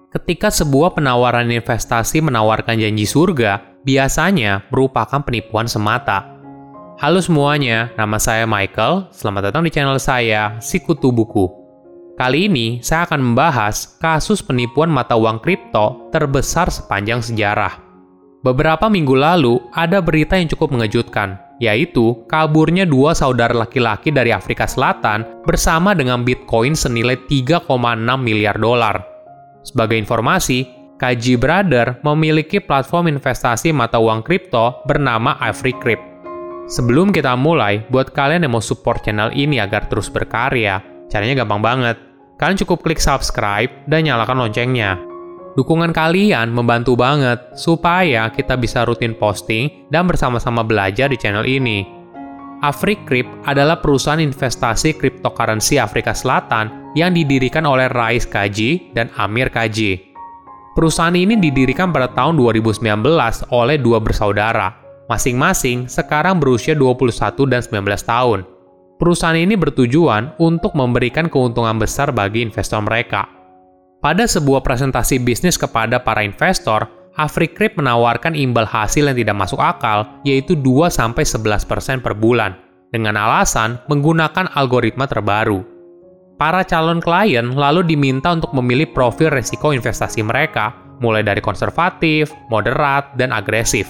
Ketika sebuah penawaran investasi menawarkan janji surga, biasanya merupakan penipuan semata. Halo semuanya, nama saya Michael. Selamat datang di channel saya, Sikutu Buku. Kali ini, saya akan membahas kasus penipuan mata uang kripto terbesar sepanjang sejarah. Beberapa minggu lalu, ada berita yang cukup mengejutkan, yaitu kaburnya dua saudara laki-laki dari Afrika Selatan bersama dengan Bitcoin senilai 3,6 miliar dolar. Sebagai informasi, KG Brother memiliki platform investasi mata uang kripto bernama AfriCrypt. Sebelum kita mulai, buat kalian yang mau support channel ini agar terus berkarya, caranya gampang banget. Kalian cukup klik subscribe dan nyalakan loncengnya. Dukungan kalian membantu banget supaya kita bisa rutin posting dan bersama-sama belajar di channel ini. AfriCrypt adalah perusahaan investasi cryptocurrency Afrika Selatan yang didirikan oleh Rais KG dan Amir KG. Perusahaan ini didirikan pada tahun 2019 oleh dua bersaudara. Masing-masing sekarang berusia 21 dan 19 tahun. Perusahaan ini bertujuan untuk memberikan keuntungan besar bagi investor mereka. Pada sebuah presentasi bisnis kepada para investor, AfriCrypt menawarkan imbal hasil yang tidak masuk akal, yaitu 2-11% per bulan, dengan alasan menggunakan algoritma terbaru. Para calon klien lalu diminta untuk memilih profil resiko investasi mereka, mulai dari konservatif, moderat, dan agresif.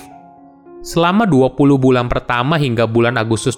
Selama 20 bulan pertama hingga bulan Agustus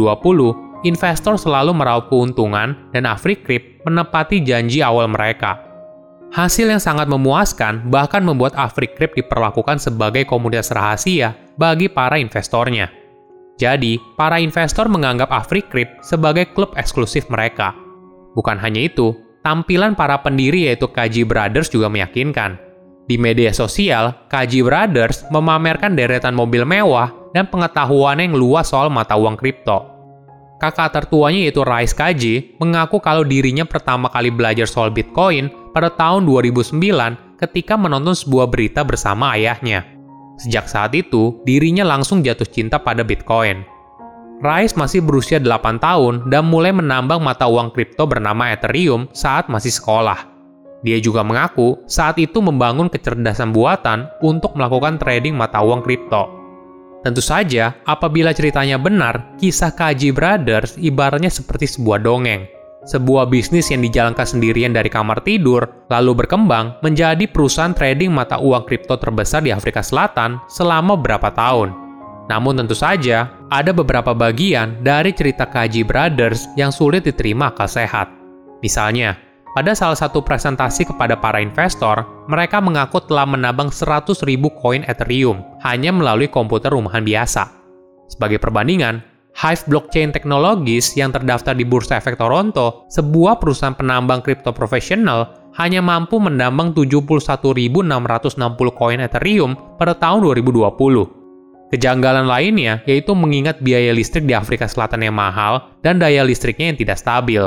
2020, investor selalu meraup keuntungan dan AfriCrypt menepati janji awal mereka. Hasil yang sangat memuaskan bahkan membuat AfriCrypt diperlakukan sebagai komunitas rahasia bagi para investornya. Jadi, para investor menganggap AfriCrypt sebagai klub eksklusif mereka. Bukan hanya itu, tampilan para pendiri yaitu KG Brothers juga meyakinkan. Di media sosial, KG Brothers memamerkan deretan mobil mewah dan pengetahuan yang luas soal mata uang kripto. Kakak tertuanya yaitu Rais KG mengaku kalau dirinya pertama kali belajar soal Bitcoin pada tahun 2009 ketika menonton sebuah berita bersama ayahnya. Sejak saat itu, dirinya langsung jatuh cinta pada Bitcoin. Rais masih berusia 8 tahun dan mulai menambang mata uang kripto bernama Ethereum saat masih sekolah. Dia juga mengaku saat itu membangun kecerdasan buatan untuk melakukan trading mata uang kripto. Tentu saja, apabila ceritanya benar, kisah KG Brothers ibaratnya seperti sebuah dongeng. Sebuah bisnis yang dijalankan sendirian dari kamar tidur, lalu berkembang menjadi perusahaan trading mata uang kripto terbesar di Afrika Selatan selama beberapa tahun. Namun tentu saja, ada beberapa bagian dari cerita KG Brothers yang sulit diterima akal sehat. Misalnya, pada salah satu presentasi kepada para investor, mereka mengaku telah menambang 100.000 koin Ethereum hanya melalui komputer rumahan biasa. Sebagai perbandingan, Hive Blockchain Technologies yang terdaftar di Bursa Efek Toronto, sebuah perusahaan penambang kripto profesional, hanya mampu menambang 71.660 koin Ethereum pada tahun 2020. Kejanggalan lainnya yaitu mengingat biaya listrik di Afrika Selatan yang mahal dan daya listriknya yang tidak stabil.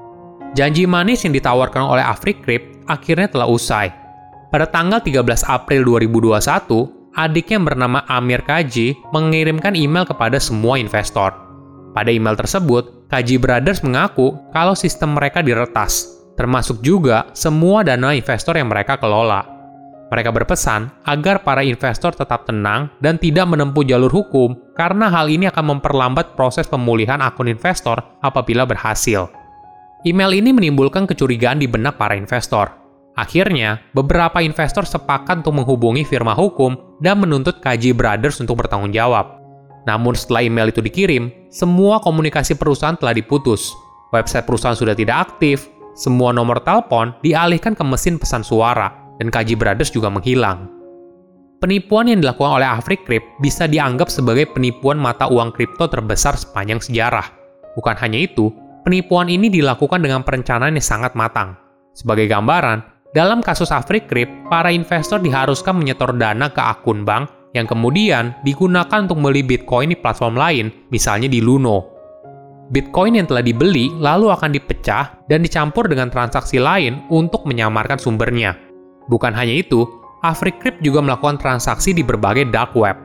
Janji manis yang ditawarkan oleh AfriCrypt akhirnya telah usai. Pada tanggal 13 April 2021, adiknya yang bernama Amir KG mengirimkan email kepada semua investor. Pada email tersebut, KG Brothers mengaku kalau sistem mereka diretas, termasuk juga semua dana investor yang mereka kelola. Mereka berpesan agar para investor tetap tenang dan tidak menempuh jalur hukum karena hal ini akan memperlambat proses pemulihan akun investor apabila berhasil. Email ini menimbulkan kecurigaan di benak para investor. Akhirnya, beberapa investor sepakat untuk menghubungi firma hukum dan menuntut KG Brothers untuk bertanggung jawab. Namun setelah email itu dikirim, semua komunikasi perusahaan telah diputus. Website perusahaan sudah tidak aktif, semua nomor telepon dialihkan ke mesin pesan suara, dan KG Brothers juga menghilang. Penipuan yang dilakukan oleh AfriCrypt bisa dianggap sebagai penipuan mata uang kripto terbesar sepanjang sejarah. Bukan hanya itu, penipuan ini dilakukan dengan perencanaan yang sangat matang. Sebagai gambaran, dalam kasus AfriCrypt, para investor diharuskan menyetor dana ke akun bank yang kemudian digunakan untuk membeli Bitcoin di platform lain, misalnya di Luno. Bitcoin yang telah dibeli lalu akan dipecah dan dicampur dengan transaksi lain untuk menyamarkan sumbernya. Bukan hanya itu, AfriCrypt juga melakukan transaksi di berbagai dark web.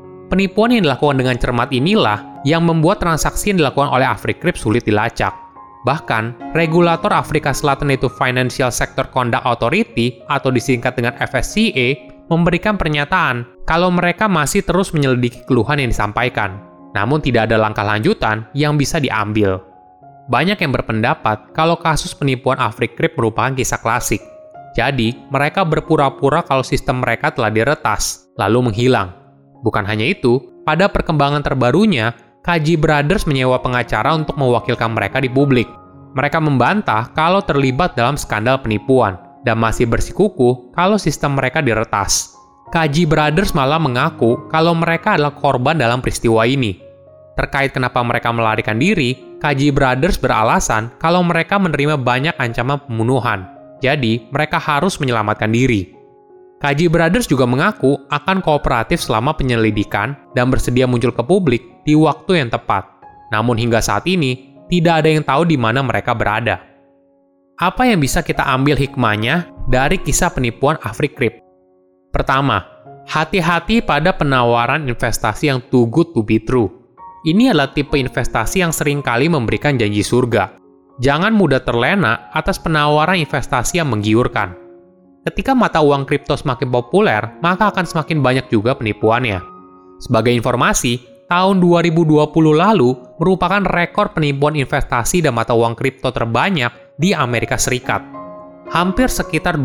Penipuan yang dilakukan dengan cermat inilah yang membuat transaksi yang dilakukan oleh AfriCrypt sulit dilacak. Bahkan, regulator Afrika Selatan yaitu Financial Sector Conduct Authority atau disingkat dengan FSCA memberikan pernyataan kalau mereka masih terus menyelidiki keluhan yang disampaikan. Namun tidak ada langkah lanjutan yang bisa diambil. Banyak yang berpendapat kalau kasus penipuan Afrikrip merupakan kisah klasik. Jadi, mereka berpura-pura kalau sistem mereka telah diretas, lalu menghilang. Bukan hanya itu, pada perkembangan terbarunya, Kaji Brothers menyewa pengacara untuk mewakilkan mereka di publik. Mereka membantah kalau terlibat dalam skandal penipuan dan masih bersikukuh kalau sistem mereka diretas. Kaji Brothers malah mengaku kalau mereka adalah korban dalam peristiwa ini. Terkait kenapa mereka melarikan diri, Kaji Brothers beralasan kalau mereka menerima banyak ancaman pembunuhan. Jadi, mereka harus menyelamatkan diri. Kaji Brothers juga mengaku akan kooperatif selama penyelidikan dan bersedia muncul ke publik di waktu yang tepat. Namun hingga saat ini, tidak ada yang tahu di mana mereka berada. Apa yang bisa kita ambil hikmahnya dari kisah penipuan Afrikrip? Pertama, hati-hati pada penawaran investasi yang too good to be true. Ini adalah tipe investasi yang seringkali memberikan janji surga. Jangan mudah terlena atas penawaran investasi yang menggiurkan. Ketika mata uang kripto semakin populer, maka akan semakin banyak juga penipuannya. Sebagai informasi, tahun 2020 lalu merupakan rekor penipuan investasi dan mata uang kripto terbanyak di Amerika Serikat. Hampir sekitar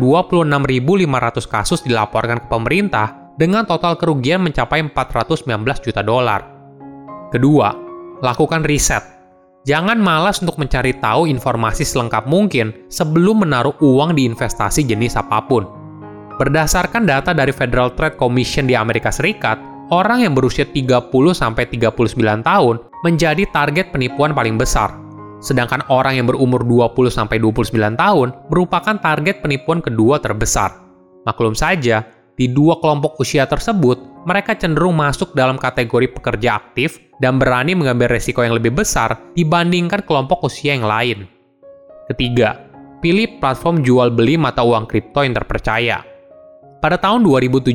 26.500 kasus dilaporkan ke pemerintah dengan total kerugian mencapai 419 juta dolar. Kedua, lakukan riset. Jangan malas untuk mencari tahu informasi selengkap mungkin sebelum menaruh uang di investasi jenis apapun. Berdasarkan data dari Federal Trade Commission di Amerika Serikat, orang yang berusia 30-39 tahun menjadi target penipuan paling besar. Sedangkan orang yang berumur 20-29 tahun merupakan target penipuan kedua terbesar. Maklum saja, di dua kelompok usia tersebut, mereka cenderung masuk dalam kategori pekerja aktif dan berani mengambil resiko yang lebih besar dibandingkan kelompok usia yang lain. Ketiga, pilih platform jual beli mata uang kripto yang terpercaya. Pada tahun 2017,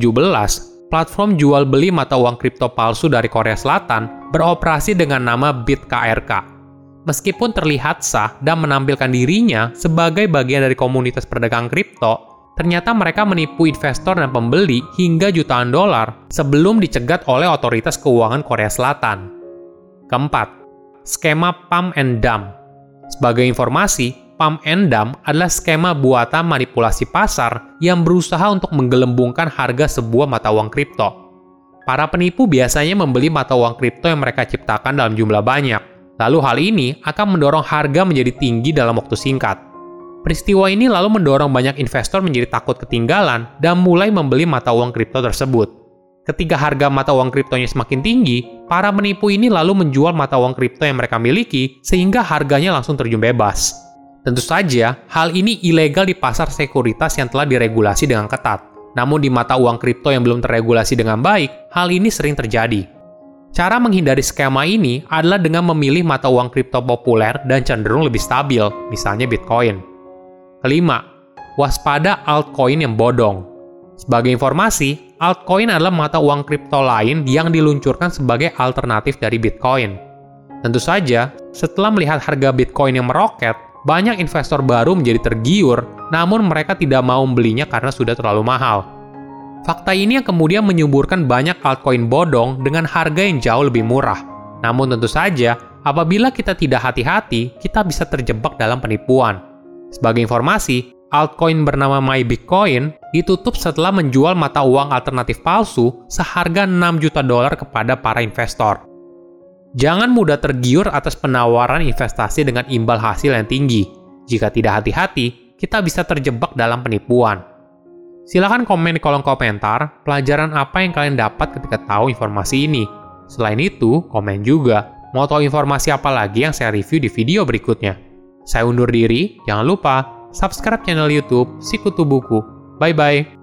platform jual beli mata uang kripto palsu dari Korea Selatan beroperasi dengan nama BitKRK. Meskipun terlihat sah dan menampilkan dirinya sebagai bagian dari komunitas pedagang kripto, ternyata mereka menipu investor dan pembeli hingga jutaan dolar sebelum dicegat oleh otoritas keuangan Korea Selatan. Keempat, skema pump and dump. Sebagai informasi, pump and dump adalah skema buatan manipulasi pasar yang berusaha untuk menggelembungkan harga sebuah mata uang kripto. Para penipu biasanya membeli mata uang kripto yang mereka ciptakan dalam jumlah banyak. Lalu hal ini akan mendorong harga menjadi tinggi dalam waktu singkat. Peristiwa ini lalu mendorong banyak investor menjadi takut ketinggalan dan mulai membeli mata uang kripto tersebut. Ketika harga mata uang kriptonya semakin tinggi, para penipu ini lalu menjual mata uang kripto yang mereka miliki sehingga harganya langsung terjun bebas. Tentu saja, hal ini ilegal di pasar sekuritas yang telah diregulasi dengan ketat. Namun di mata uang kripto yang belum terregulasi dengan baik, hal ini sering terjadi. Cara menghindari skema ini adalah dengan memilih mata uang kripto populer dan cenderung lebih stabil, misalnya Bitcoin. Kelima, waspada altcoin yang bodong. Sebagai informasi, altcoin adalah mata uang kripto lain yang diluncurkan sebagai alternatif dari Bitcoin. Tentu saja, setelah melihat harga Bitcoin yang meroket, banyak investor baru menjadi tergiur, namun mereka tidak mau membelinya karena sudah terlalu mahal. Fakta ini yang kemudian menyuburkan banyak altcoin bodong dengan harga yang jauh lebih murah. Namun tentu saja, apabila kita tidak hati-hati, kita bisa terjebak dalam penipuan. Sebagai informasi, altcoin bernama MyBitcoin ditutup setelah menjual mata uang alternatif palsu seharga 6 juta dolar kepada para investor. Jangan mudah tergiur atas penawaran investasi dengan imbal hasil yang tinggi. Jika tidak hati-hati, kita bisa terjebak dalam penipuan. Silahkan komen di kolom komentar pelajaran apa yang kalian dapat ketika tahu informasi ini. Selain itu, komen juga mau tahu informasi apa lagi yang saya review di video berikutnya. Saya undur diri, jangan lupa subscribe channel YouTube Sikutu Buku. Bye-bye.